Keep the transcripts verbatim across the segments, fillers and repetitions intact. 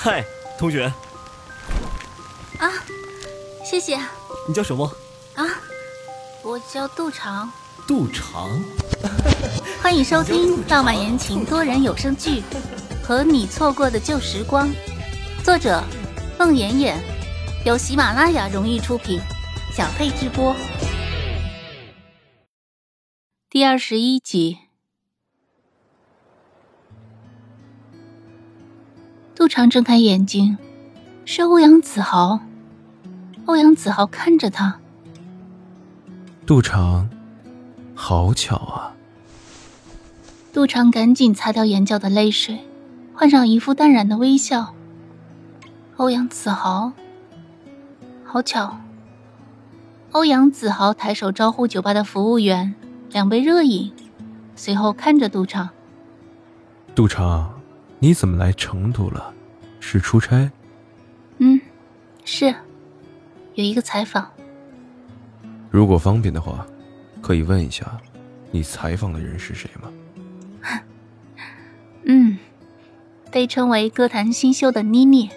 嗨，同学。 啊，谢谢。 你叫什么？ 啊，我叫杜长。 杜长。 欢迎收听浪漫言情多人有声剧《和你错过的旧时光》，作者孟妍妍，由喜马拉雅荣誉出品，小佩制播。第二十一集。杜长睁开眼睛，是欧阳子豪。欧阳子豪看着他。 杜长，好巧啊。 杜长赶紧擦掉眼角的泪水，换上一副淡然的微笑。欧阳子豪，好巧。欧阳子豪抬手招呼酒吧的服务员，两杯热饮，随后看着杜长。 杜长，你怎么来成都了？是出差？ 嗯，是，有一个采访。 如果方便的话，可以问一下，你采访的人是谁吗？ 嗯，被称为歌坛新秀的妮妮。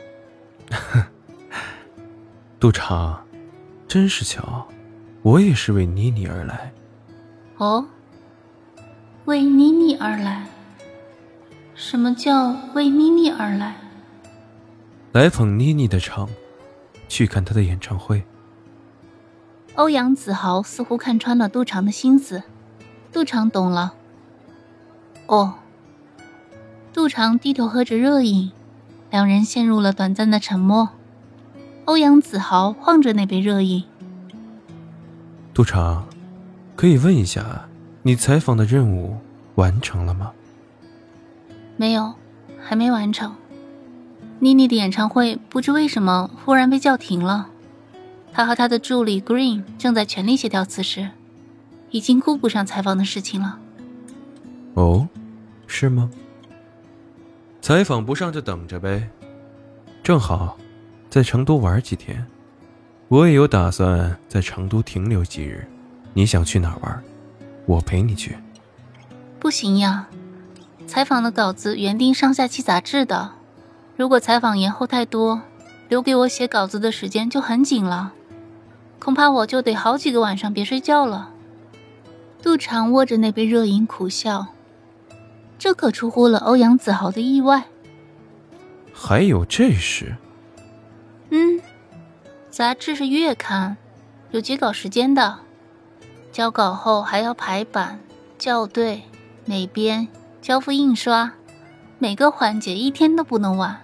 杜长，真是巧，我也是为妮妮而来。 哦，为妮妮而来？什么叫为妮妮而来？ 来捧妮妮的场，去看她的演唱会。 欧阳子豪似乎看穿了杜长的心思，杜长懂了。哦。杜长低头喝着热饮，两人陷入了短暂的沉默。欧阳子豪晃着那杯热饮。 杜长，可以问一下，你采访的任务完成了吗？ 没有，还没完成。妮妮的演唱会不知为什么忽然被叫停了。他和他的助理 Green 正在全力协调此事，已经顾不上采访的事情了。 哦，是吗？采访不上就等着呗。正好在成都玩几天，我也有打算在成都停留几日。你想去哪儿玩？我陪你去。 不行呀，采访的稿子原定上下期杂志的，如果采访延后太多，留给我写稿子的时间就很紧了，恐怕我就得好几个晚上别睡觉了。杜长握着那杯热饮苦笑，这可出乎了欧阳子豪的意外。 还有这事？ 嗯，杂志是月刊，有截稿时间的，交稿后还要排版、校对、美编、交付印刷，每个环节一天都不能晚。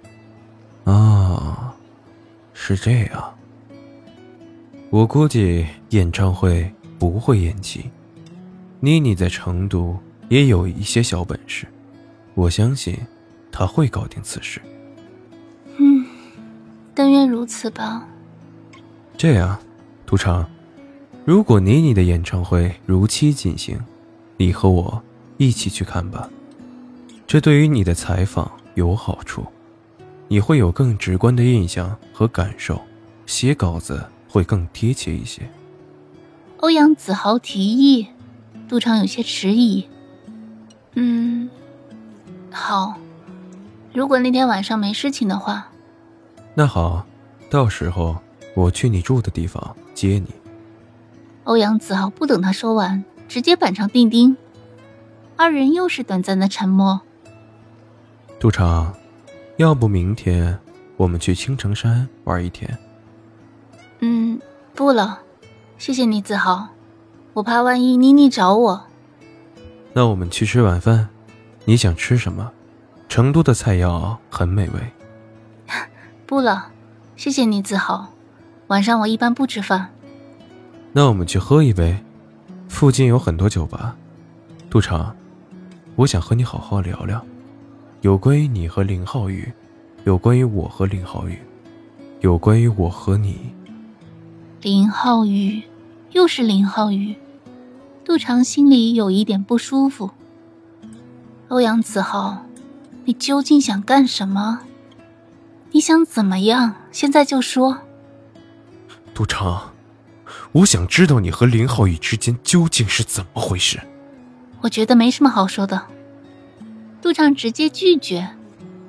啊，是这样。我估计演唱会不会延期。妮妮在成都也有一些小本事，我相信她会搞定此事。 嗯，但愿如此吧。 这样，杜长，如果妮妮的演唱会如期进行，你和我一起去看吧。这对于你的采访有好处，你会有更直观的印象和感受，写稿子会更贴切一些。 欧阳子豪提议，杜长有些迟疑。嗯，好，如果那天晚上没事情的话。 那好，到时候我去你住的地方接你。 欧阳子豪不等他说完，直接板上钉钉。二人又是短暂的沉默。 杜长，要不明天我们去青城山玩一天？ 嗯，不了，谢谢你子豪，我怕万一妮妮找我。 那我们去吃晚饭，你想吃什么？成都的菜肴很美味。 不了，谢谢你子豪，晚上我一般不吃饭。 那我们去喝一杯，附近有很多酒吧。杜长，我想和你好好聊聊，有关于你和林浩宇，有关于我和林浩宇，有关于我和你。 林浩宇，又是林浩宇。杜长心里有一点不舒服。欧阳子豪，你究竟想干什么？你想怎么样？现在就说。 杜长，我想知道你和林浩宇之间究竟是怎么回事。 我觉得没什么好说的。杜长直接拒绝。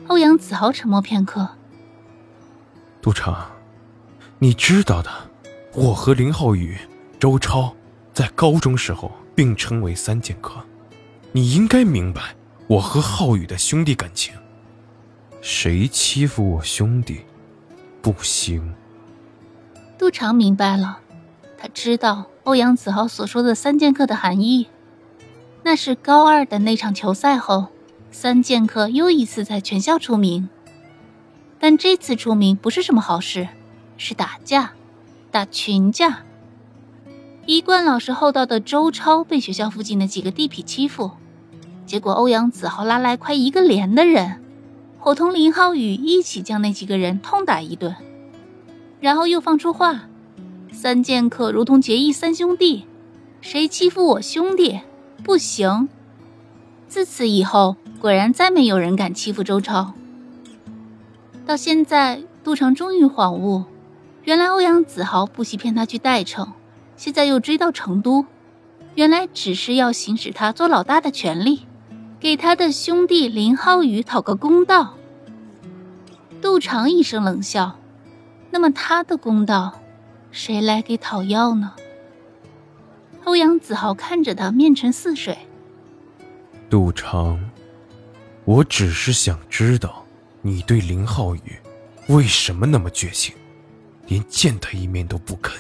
欧阳子豪沉默片刻。 督察，你知道的，我和林浩宇、周超在高中时候并称为三剑客，你应该明白我和浩宇的兄弟感情。谁欺负我兄弟，不行。 杜长明白了，他知道欧阳子豪所说的三剑客的含义。那是高二的那场球赛后，三剑客又一次在全校出名。但这次出名不是什么好事，是打架，打群架。一贯老实厚道的周超被学校附近的几个地痞欺负，结果欧阳子豪拉来快一个连的人，伙同林浩宇一起将那几个人痛打一顿，然后又放出话，三剑客如同结义三兄弟，谁欺负我兄弟不行。自此以后，果然再没有人敢欺负周超。到现在，杜长终于恍悟，原来欧阳子豪不惜骗他去代城，现在又追到成都，原来只是要行使他做老大的权利，给他的兄弟林浩宇讨个公道。杜长一声冷笑，那么他的公道谁来给讨要呢？欧阳子豪看着他，面沉似水。 杜长，我只是想知道你对林浩宇为什么那么绝情，连见他一面都不肯。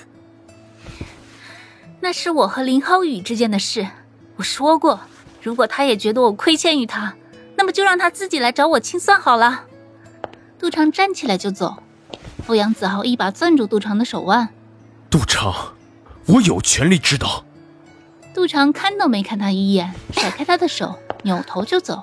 那是我和林浩宇之间的事，我说过，如果他也觉得我亏欠于他，那么就让他自己来找我清算好了。杜长站起来就走，欧阳子豪一把攥住杜长的手腕。 杜长，我有权利知道。 杜长看都没看他一眼，甩开他的手，扭头就走。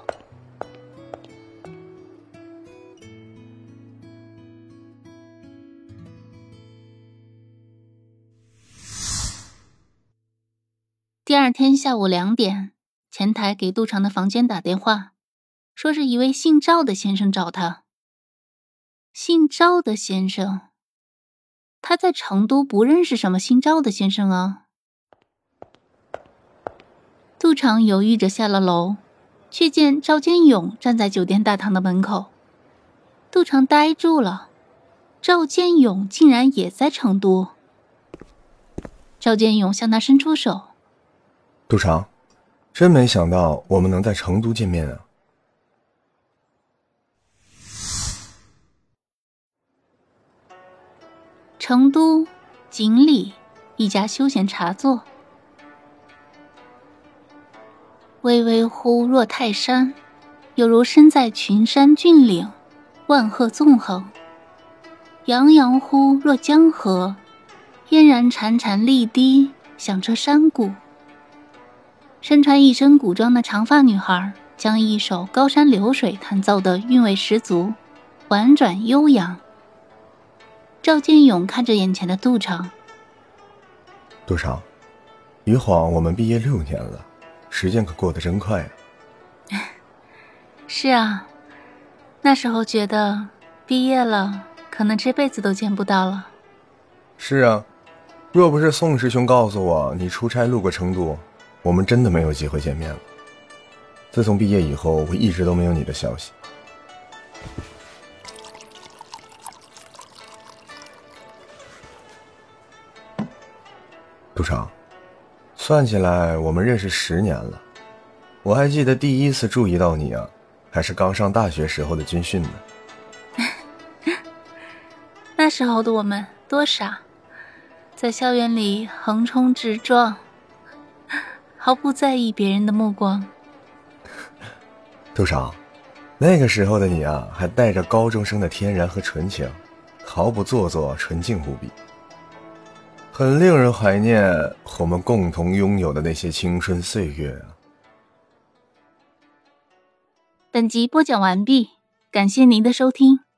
第二天下午两点，前台给杜长的房间打电话，说是一位姓赵的先生找他。姓赵的先生，他在成都不认识什么姓赵的先生啊。杜长犹豫着下了楼，却见赵建勇站在酒店大堂的门口。杜长呆住了，赵建勇竟然也在成都。赵建勇向他伸出手。 杜长，真没想到我们能在成都见面啊。 成都锦里一家休闲茶座。巍巍乎若泰山，有如身在群山峻岭，万壑纵横；洋洋乎若江河，嫣然潺潺沥滴，响彻山谷。身穿一身古装的长发女孩将一首高山流水弹奏得韵味十足，婉转悠扬。赵建勇看着眼前的杜长。 杜长，一晃我们毕业六年了，时间可过得真快啊。 是啊，那时候觉得毕业了可能这辈子都见不到了。 是啊，若不是宋师兄告诉我你出差路过成都，我们真的没有机会见面了。自从毕业以后，我一直都没有你的消息。杜长，算起来我们认识十年了。我还记得第一次注意到你啊，还是刚上大学时候的军训呢。 那时候的我们多傻，在校园里横冲直撞，毫不在意别人的目光。 杜长，那个时候的你啊，还带着高中生的天然和纯情，毫不做作，纯净无比，很令人怀念我们共同拥有的那些青春岁月啊。 本集播讲完毕，感谢您的收听。